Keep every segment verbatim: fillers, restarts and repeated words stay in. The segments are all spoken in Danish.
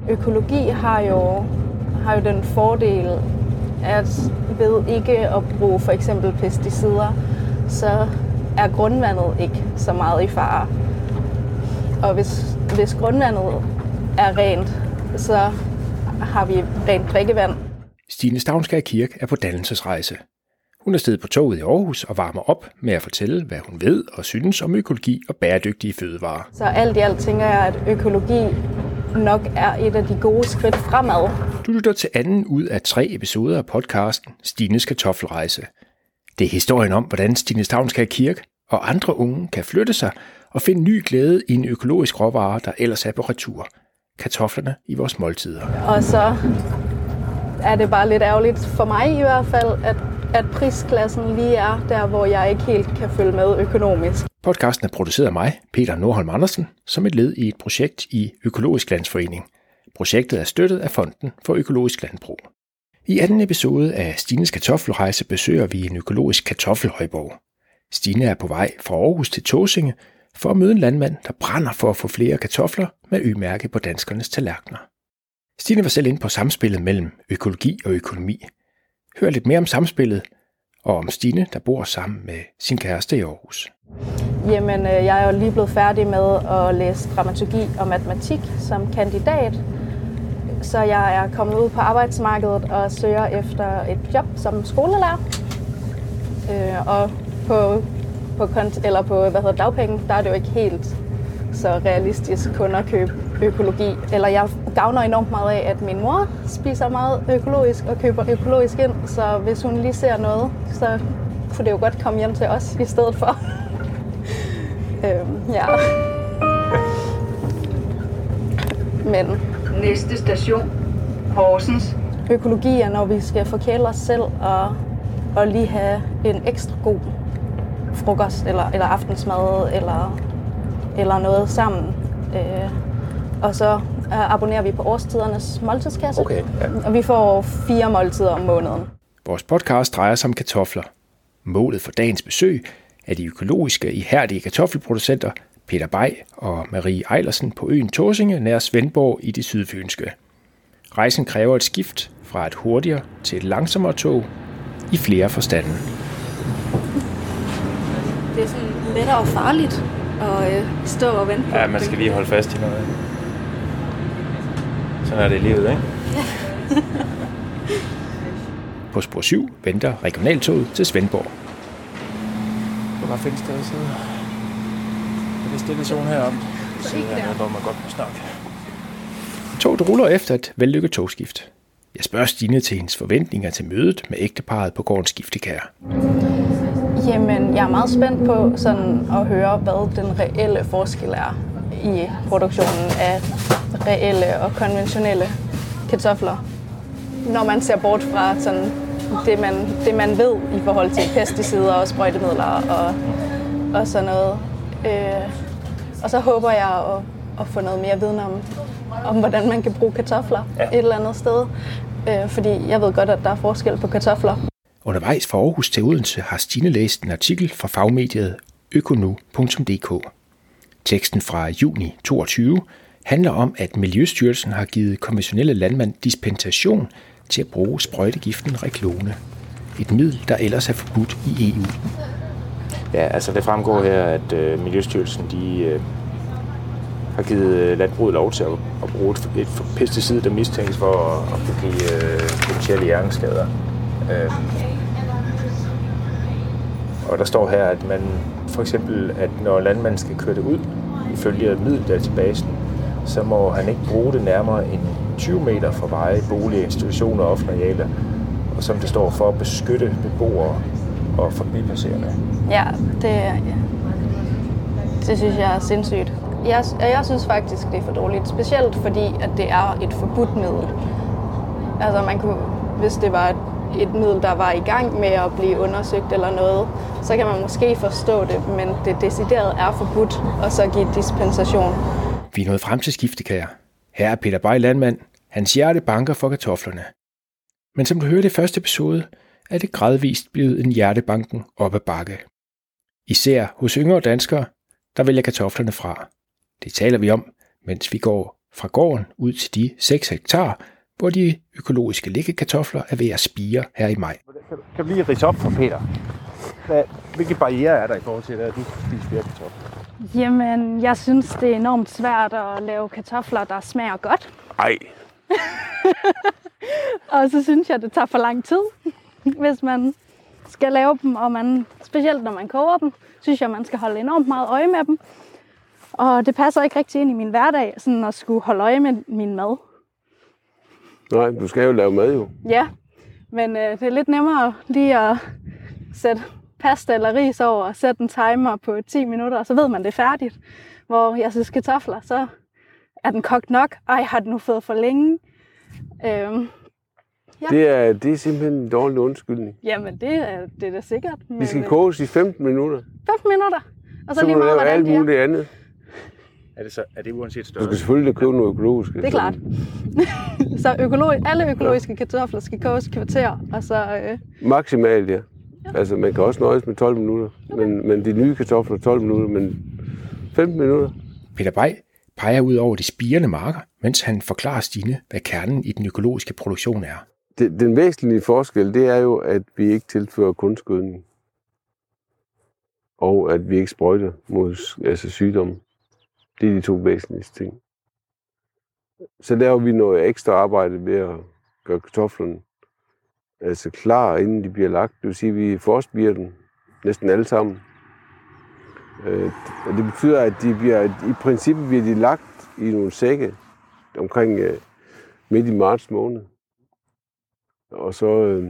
økologi har jo, har jo den fordel, at ved ikke at bruge for eksempel pesticider, så er grundvandet ikke så meget i fare. Og hvis, hvis grundvandet er rent, så har vi rent drikkevand. Stine Stavnskær Kirk er på dannelsesrejse. Hun er steget på toget i Aarhus og varmer op med at fortælle, hvad hun ved og synes om økologi og bæredygtige fødevarer. Så alt i alt tænker jeg, at økologi nok er et af de gode skridt fremad. Du lytter til anden ud af tre episoder af podcasten Stines Kartoffelrejse. Det er historien om, hvordan Stine Stavnskær Kirk og andre unge kan flytte sig og finde ny glæde i en økologisk råvare, der ellers er på retur. Kartoflerne i vores måltider. Og så er det bare lidt ærgerligt for mig i hvert fald, at, at prisklassen lige er der, hvor jeg ikke helt kan følge med økonomisk. Podcasten er produceret af mig, Peter Nordholm Andersen, som et led i et projekt i Økologisk Landsforening. Projektet er støttet af Fonden for Økologisk Landbrug. I anden episode af Stines Kartoffelrejse besøger vi en økologisk kartoffelhøjborg. Stine er på vej fra Aarhus til Tåsinge for at møde en landmand, der brænder for at få flere kartofler med ø-mærke på danskernes tallerkener. Stine var selv inde på samspillet mellem økologi og økonomi. Hør lidt mere om samspillet og om Stine, der bor sammen med sin kæreste i Aarhus. Jamen, jeg er jo lige blevet færdig med at læse dramaturgi og matematik som kandidat. Så jeg er kommet ud på arbejdsmarkedet og søger efter et job som skolelærer. Øh, og på, på, kont- eller på hvad hedder, dagpenge, der er det jo ikke helt så realistisk kun at købe økologi. Eller jeg gavner enormt meget af, at min mor spiser meget økologisk og køber økologisk ind. Så hvis hun lige ser noget, så kunne det jo godt komme hjem til os i stedet for. øhm, ja. Men næste station, Horsens. Økologi er, når vi skal forkæle os selv og, og lige have en ekstra god frokost eller, eller aftensmad eller, eller noget sammen. Øh, og så øh, abonnerer vi på Årstidernes måltidskasse. Okay, ja. Og vi får fire måltider om måneden. Vores podcast drejer sig om kartofler. Målet for dagens besøg er de økologiske, ihærdige kartoffelproducenter Peter Bay og Marie Ejlersen på øen Tåsinge nær Svendborg i det sydfynske. Rejsen kræver et skift fra et hurtigere til et langsommere tog i flere forstande. Det er sådan lettere farligt at øh, stå og vente på. Ja, man skal lige holde fast i noget. Sådan er det i livet, ikke? Ja. På spor syv venter regionaltoget til Svendborg. Det var bare fedt sted at sidde. Det er stille zone heroppe. Så sidder jeg hvor man godt må snakke. Toget ruller efter et vellykket togskift. Jeg spørger Stine til hendes forventninger til mødet med ægteparret på gården Skiftekær. Jamen, jeg er meget spændt på sådan at høre, hvad den reelle forskel er i produktionen af reelle og konventionelle kartofler. Når man ser bort fra sådan det, man, det, man ved i forhold til pesticider og sprøjtemidler og, og sådan noget. Øh, og så håber jeg at, at få noget mere viden om, om, hvordan man kan bruge kartofler ja. et eller andet sted. Øh, fordi jeg ved godt, at der er forskel på kartofler. Undervejs fra Aarhus til Odense har Stine læst en artikel fra fagmediet økonu punktum d k. Teksten fra juni toogtyve handler om, at Miljøstyrelsen har givet konventionelle landmænd dispensation til at bruge sprøjtegiften Reklone. Et middel, der ellers er forbudt i E U. Ja, altså det fremgår her, at øh, Miljøstyrelsen de, øh, har givet landbruget lov til at, at bruge et, et pesticid, der mistænkes for at, at kunne give øh, potentielle hjerneskader. Øh, og der står her, at man for eksempel, at når landmanden skal køre det ud, ifølge middeldatabasen, så må han ikke bruge det nærmere end tyve meter fra veje, bolig, institutioner og offentlige arealer, og som det står for at beskytte beboere og forbipasserende. Ja, det, ja. det synes jeg er sindssygt. Jeg, jeg synes faktisk, det er for dårligt, specielt fordi, at det er et forbudt middel. Altså man kunne, hvis det var et, et middel, der var i gang med at blive undersøgt eller noget, så kan man måske forstå det, men det decideret er forbudt, og så give dispensation. Vi er nået frem til Skiftekær. Her er Peter Bay landmand. Hans hjerte banker for kartoflerne. Men som du hørte i første episode, er det gradvist blevet en hjertebanken op ad bakke. Især hos yngre danskere, der vælger kartoflerne fra. Det taler vi om, mens vi går fra gården ud til de seks hektar, hvor de økologiske liggekartofler er ved at spire her i maj. Kan du lige ridse op for Peter? Hvad, hvilke barrierer er der i forhold til, at du spiser flere kartofler? Jamen, jeg synes, det er enormt svært at lave kartofler, der smager godt. Ej. Og så synes jeg, det tager for lang tid, hvis man skal lave dem, og man, specielt når man koger dem, synes jeg, man skal holde enormt meget øje med dem. Og det passer ikke rigtig ind i min hverdag, sådan at skulle holde øje med min mad. Nej, du skal jo lave mad jo. Ja, men øh, det er lidt nemmere lige at sætte pasta eller ris over og sætte en timer på ti minutter, og så ved man, det er færdigt. Hvor jeg synes kartofler, så er den kogt nok. Ej, har den nu fået for længe? Øhm, ja. det, er, det er simpelthen en dårlig undskyldning. Jamen, det er det er da sikkert. De skal koges i femten minutter. femten minutter? Og så, så lige må du meget, lave alt de muligt andet. Er det, så, er det uanset Du størrelse? skal selvfølgelig købe noget økologisk. Det er klart. Så økologi, alle økologiske kartofler skal koges i kvarter, og så... Øh... Maksimalt, ja. Altså, man kan også nøjes med tolv minutter. Men, men de nye kartofler tolv minutter, men femten minutter. Peter Bay peger ud over de spirende marker, mens han forklarer Stine, hvad kernen i den økologiske produktion er. Det, den væsentlige forskel, det er jo, at vi ikke tilfører kunstgødning. Og at vi ikke sprøjter mod altså sygdomme. Det er de to væsentligste ting. Så laver vi noget ekstra arbejde ved at gøre kartoflerne altså klar, inden de bliver lagt. Det vil sige, at vi forspirer dem næsten alle sammen. Og det betyder, at de bliver, i princippet bliver de lagt i nogle sække omkring midt i marts måned. Og så,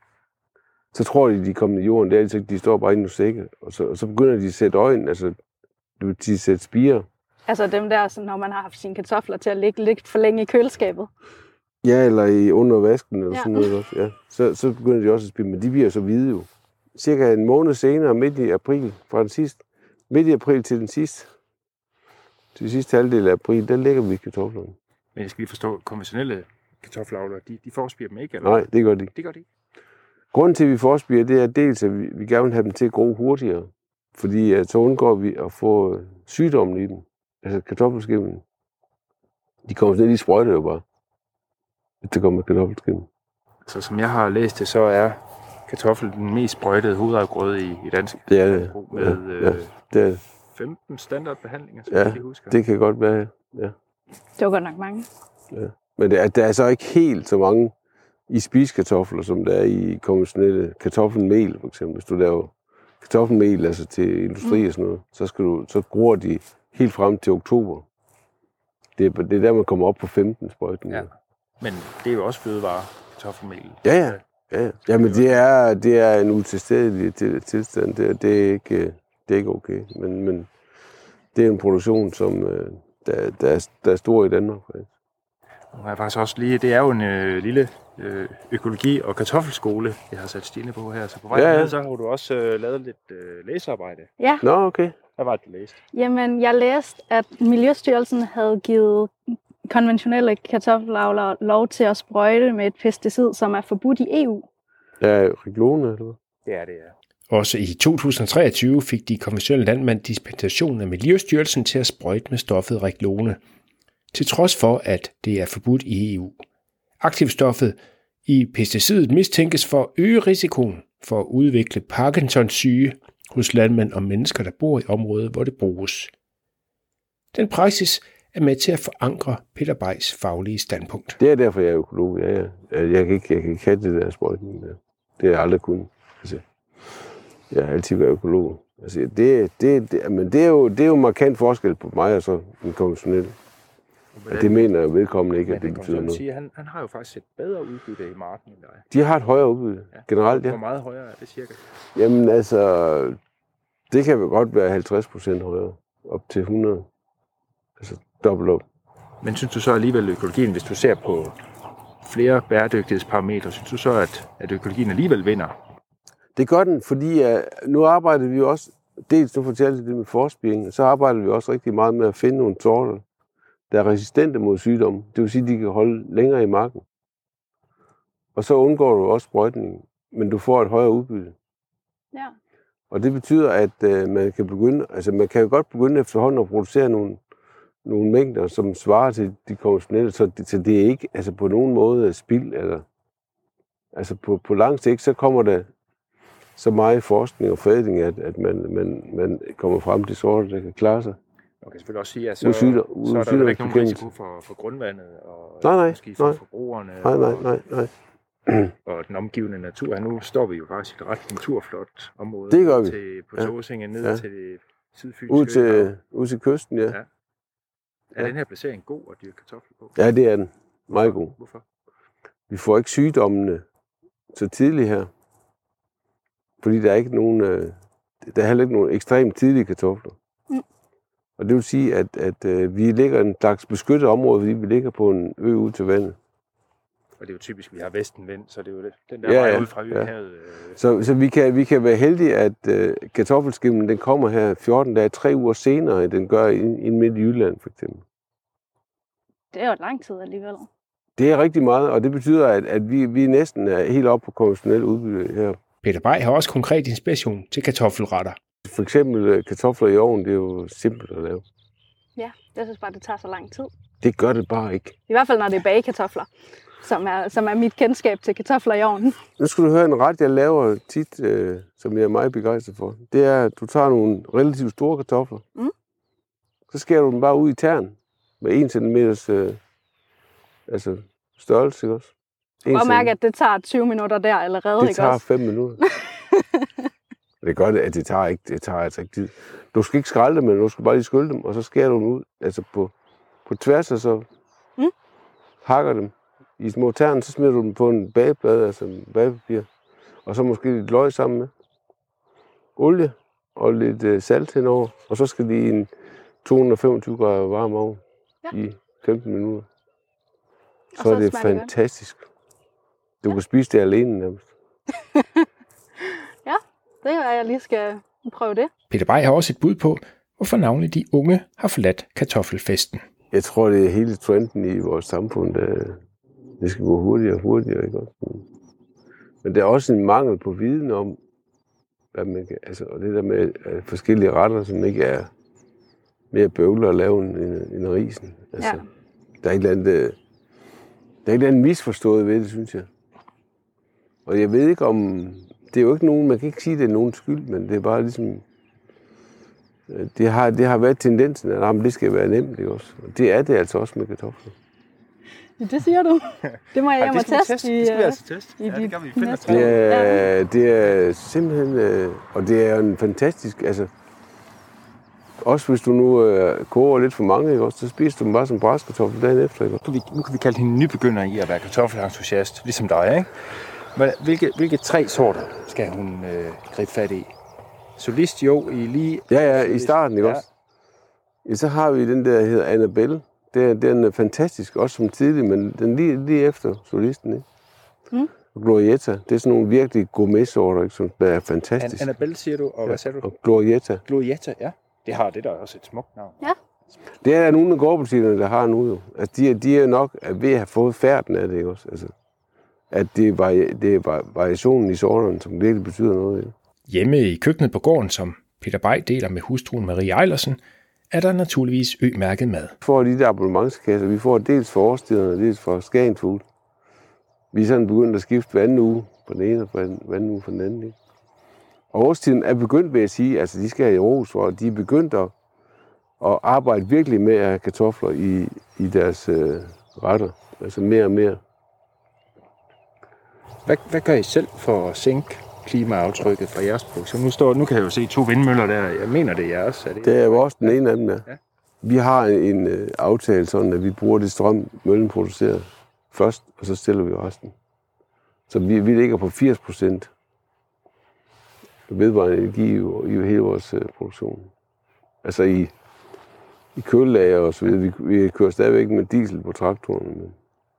så tror de, at de er kommet i jorden. Det er altså ikke, de står bare i nogle sække. Og så, og så begynder de at sætte øjen, altså det vil sige, sætte spirer. Altså dem der, sådan, når man har haft sine kartofler til at ligge lidt for længe i køleskabet. Ja, eller i under vasken, eller ja. sådan noget også. Ja. Så, så begynder de også at spire, men de bliver så hvide jo. Cirka en måned senere, midt i april, fra den sidste, midt i april til den sidste, til den sidste halvdel af april, der lægger vi kartoflerne. Men jeg skal lige forstå, konventionelle kartoffelavlere, de, de forspirer dem ikke, eller? Nej, det gør de ikke. Det gør de ikke. Grunden til, at vi forspirer, det er dels, at vi, vi gerne vil have dem til at gro hurtigere. Fordi at så undgår vi at få sygdommen i dem. Altså kartoffelskimmel. De kommer ned, de sprøjter jo bare. Hvis det kommer kartoffelskimmel. Så som jeg har læst det, så er kartoffel den mest sprøjtede hovedafgrøde i, i dansk. Det er det. Med ja, ja, det er det. femten standardbehandlinger, så ja, jeg husker. Det kan godt være, ja. Det var godt nok mange. Ja. Men det er, der er så ikke helt så mange i spiskartofler, som der er i konventionelle kartoffelmel, for eksempel. Hvis du laver kartoffelmel altså til industri mm. og sådan noget, så, skal du, så gror de helt frem til oktober. Det er, det er der, man kommer op på femten sprøjtninger. Ja. Men det er jo også fødevare, kartoffelmel. Ja, ja. ja, ja. Jamen, det er, det er en utilstedelig tilstand. Det er, det er, ikke, det er ikke okay. Men, men det er en produktion, som der, der, er, der er stor i Danmark. Nu har jeg faktisk også lige, det er jo en øh, lille øh, økologi- og kartoffelskole, jeg har sat Stine på her. Så på vej ja, ja. med, så har du også øh, lavet lidt øh, læsearbejde. Ja. Nå, okay. Hvad var det, du læste? Jamen, jeg læste, at Miljøstyrelsen havde givet konventionelle kartoffelavlere lov til at sprøjte med et pesticid, som er forbudt i E U. Ja, Reglone, eller hvad? Det er det, ja. Også i to tusind og treogtyve fik de konventionelle landmænd dispensation af Miljøstyrelsen til at sprøjte med stoffet Reglone, til trods for, at det er forbudt i E U. Aktivstoffet i pesticidet mistænkes for at øge risikoen for at udvikle Parkinsons syge hos landmænd og mennesker, der bor i området, hvor det bruges. Den praksis er med til at forankre Peter Bays faglige standpunkt. Det er derfor, jeg er økolog. Ja, ja. Jeg kan ikke, jeg kan ikke have det der sprøjtning der. Det har jeg aldrig kunnet. Altså, jeg har altid været økolog. Altså, det, det, det, men det er jo, det er jo markant forskel på mig og så en konventionel. Det mener jeg velkommen ikke, at det betyder noget. Sige, han, han har jo faktisk et bedre udbytte i marken end dig. De har et højere udbytte, ja. Generelt, ja. Hvor meget højere er det cirka? Jamen altså, det kan vel godt være halvtreds procent højere, op til hundrede. Altså dobbelt op. Men synes du så alligevel økologien, hvis du ser på flere bæredygtighedsparametre, synes du så, at, at økologien alligevel vinder? Det gør den, fordi uh, nu arbejder vi også, dels nu fortalte det med forspiring, og så arbejder vi også rigtig meget med at finde nogle sorter, der er resistente mod sygdomme. Det vil sige, at de kan holde længere i marken. Og så undgår du også sprøjtning, men du får et højere udbytte. Ja. Og det betyder, at uh, man kan begynde, altså man kan jo godt begynde efterhånden at producere nogle, nogle mængder, som svarer til de konventionelle, så det, så det er ikke altså på nogen måde spild. Eller, altså på, på lang sigt, så kommer der så meget forskning og forædling, at, at man, man, man kommer frem til sorter, der kan klare sig. Man kan selvfølgelig også sige, at så, Usyder, så er der jo ikke nogen risiko for, for grundvandet, og nej, nej, måske for nej. forbrugerne, nej, nej, nej, nej. Og, og den omgivende natur. Og nu står vi jo faktisk i et ret naturflot område. Det gør vi. Til, på ja. Tåsinge, ned ja. til det sydfynske. Ud til, ud til kysten, ja. ja. Er ja. den her placering god at dyrke kartofler på? Ja, det er den. Meget god. Hvorfor? Vi får ikke sygdommene så tidligt her. Fordi der er ikke nogen, øh, der er heller ikke nogen ekstremt tidlige kartofler. Mm. Og det vil sige, at, at øh, vi ligger i en slags beskyttet område, fordi vi ligger på en ø ud til vandet. Og det er jo typisk, vi har vestenvind, så det er jo det. Den der ja, vej ja, ud fra Øhavet. Ja. Øh... Så, så vi, kan, vi kan være heldige, at øh, kartoffelskimmen den kommer her fjorten dage, tre uger senere, end den gør i midt i Jylland, for eksempel. Det er jo lang tid alligevel. Det er rigtig meget, og det betyder, at, at vi, vi næsten er helt oppe på konventionelt udbytte her. Peter Bay har også konkret inspiration til kartoffelretter. For eksempel kartofler i ovnen, det er jo simpelt at lave. Ja, jeg synes bare, det tager så lang tid. Det gør det bare ikke. I hvert fald, når det er bagekartofler, som er, som er mit kendskab til kartofler i ovnen. Nu skal du høre en ret, jeg laver tit, øh, som jeg er meget begejstret for. Det er, at du tager nogle relativt store kartofler. Mm. Så skærer du dem bare ud i tern med en centimeters øh, altså størrelse, ikke også? Du kan mærke, at det tager tyve minutter der allerede, det ikke også? Det tager fem minutter. Det gør det, at det tager ikke, det tager altså ikke tid. Du skal ikke skrælle dem, men du skal bare lige skylle dem, og så skærer du dem ud, altså på, på tværs, og så mm. hakker dem i små tern, så smider du dem på en bageplade, altså bagepapir, og så måske lidt løg sammen med olie og lidt øh, salt henover, og så skal de i en to hundrede og femogtyve grader varm ovn ja. i femten minutter. Så, så er det fantastisk. Du ja. kan spise det alene nærmest. Ja, det er jeg lige skal prøve det. Peter Bay har også et bud på, hvorfor navnlig de unge har forladt kartoffelfesten. Jeg tror, det er hele trenden i vores samfund, at det skal gå hurtigere og hurtigere. Ikke? Men der er også en mangel på viden om, hvad man kan, altså, og det der med forskellige retter, som ikke er mere bøvler at lave end, end risen. Altså, ja. Der er et eller andet, der er et eller andet misforstået ved det, synes jeg. Og jeg ved ikke om, det er jo ikke nogen, man kan ikke sige, at det er nogen skyld, men det er bare ligesom, det har, det har været tendensen, at jamen, det skal være nemt, ikke også? Og det er det altså også med kartofler. Ja, det siger du. Det må jeg hjem og teste. teste. Det skal vi altså teste. Ja, det gør vi. Det er, det er simpelthen, og det er en fantastisk, altså, også hvis du nu øh, koger lidt for mange, ikke også, så spiser du dem bare som bræskartoffel dagen efter, ikke også? Nu kan vi kalde hende nybegynder i at være kartoffelentusiast, ligesom dig, ikke? Hvilke, hvilke tre sorter skal hun øh, gribe fat i? Solist, jo, i lige... Ja, ja, i starten, ikke ja. også? Ja, så har vi den der, der hedder Annabelle. Det er, den er fantastisk, også som tidlig, men den lige, lige efter solisten, ikke? Mm. Og Glorietta, det er sådan nogle virkelig gourmet-sorter, ikke? Som er fantastisk. An- Annabelle, siger du, og ja. hvad sagde du? Og Glorietta. Glorietta, ja. Det har det der også et smukt navn. Ja. Det er der nogle af gårdbutikkerne, der har nu jo. Altså, de, de er nok ved at have fået færden af det, ikke også? Altså, at det er, vari- det er variationen i sorterne, som virkelig betyder noget. Ikke? Hjemme i køkkenet på gården, som Peter Bay deler med hustruen Marie Eilersen, er der naturligvis ø-mærket mad. Vi får de der abonnementskasser. Vi får dels fra årstiderne, dels fra Skagen Food. Vi er sådan begyndt at skifte hver anden uge på den ene og hver anden uge på den anden. Ikke? Og årstiden er begyndt, vil jeg sige, altså de skal have i ros for, at de er begyndt at, at arbejde virkelig med at have kartofler i, i deres øh, retter. Altså mere og mere. Hvad, hvad gør I selv for at sænke klimaaftrykket fra jeres produktion? Nu, står, nu kan jeg jo se to vindmøller der. Jeg mener, det er jeres. Er det, det er vores, den ene af dem, ja. ja. Vi har en, en uh, aftale sådan, at vi bruger det strøm, møllen producerer først, og så stiller vi resten. Så vi, vi ligger på firs procent vedvarende energi i, i hele vores uh, produktion. Altså i, i køllager og så videre. Vi, vi kører stadigvæk med diesel på traktorerne. Men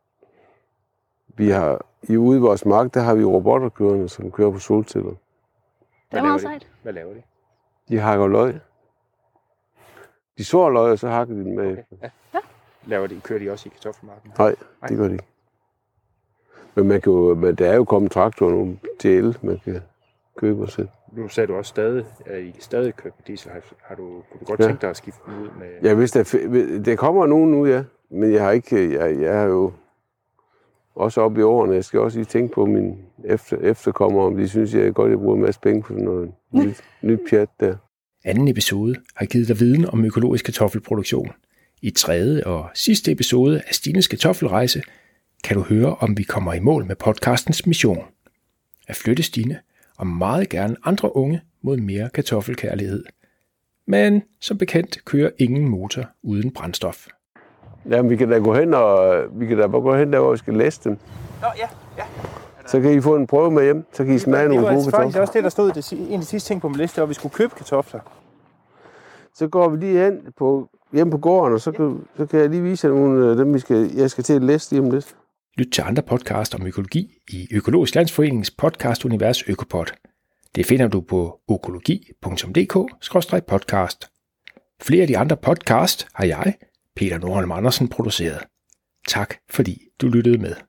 vi har, i ude i vores mark, der har vi robotter kørende, som kører på solceller. Det er meget sejt. Hvad laver de? De hakker løg. De sår løg, og så hakker de dem med. Okay. Ja. Ja. Laver de, kører de også i kartoffelmarken? Nej, det gør de ikke. Men, man kan jo, men der er jo kommet traktorer nu til el, man kan købe og sætte. Nu sagde du også stadig, at I stadig køber diesel. Har, har du, kunne du godt Ja. tænke dig at skifte den ud med... Ja, hvis der, f- der kommer nogen nu, ja. Men jeg har ikke, jeg, jeg har jo også op i årene, jeg skal også lige tænke på mine efter, efterkommere, om de synes, jeg er godt, jeg bruger en masse penge på noget nyt, nyt pjat der. Anden episode har givet dig viden om økologisk kartoffelproduktion. I tredje og sidste episode af Stines kartoffelrejse kan du høre, om vi kommer i mål med podcastens mission. At flytte Stine og meget gerne andre unge mod mere kartoffelkærlighed. Men som bekendt kører ingen motor uden brændstof. Jamen, vi kan da gå hen og vi kan da bare gå hen der, hvor vi skal læse dem. Nå, ja, ja. Så kan I få en prøve med hjem, så kan I smage nogle gode Det var faktisk kartofler. også det, der stod det, en af de sidste ting på min liste, at vi skulle købe kartofler. Så går vi lige hen på, hjem på gården, og så kan, så kan jeg lige vise jer nogle af dem, vi skal, jeg skal til at læse lige om lidt. Lyt til andre podcast om økologi i Økologisk Landsforeningens podcastunivers Økopod. Det finder du på økologi punktum d k skråstreg podcast. Flere af de andre podcast har jeg, Peter Nordholm Andersen, produceret. Tak fordi du lyttede med.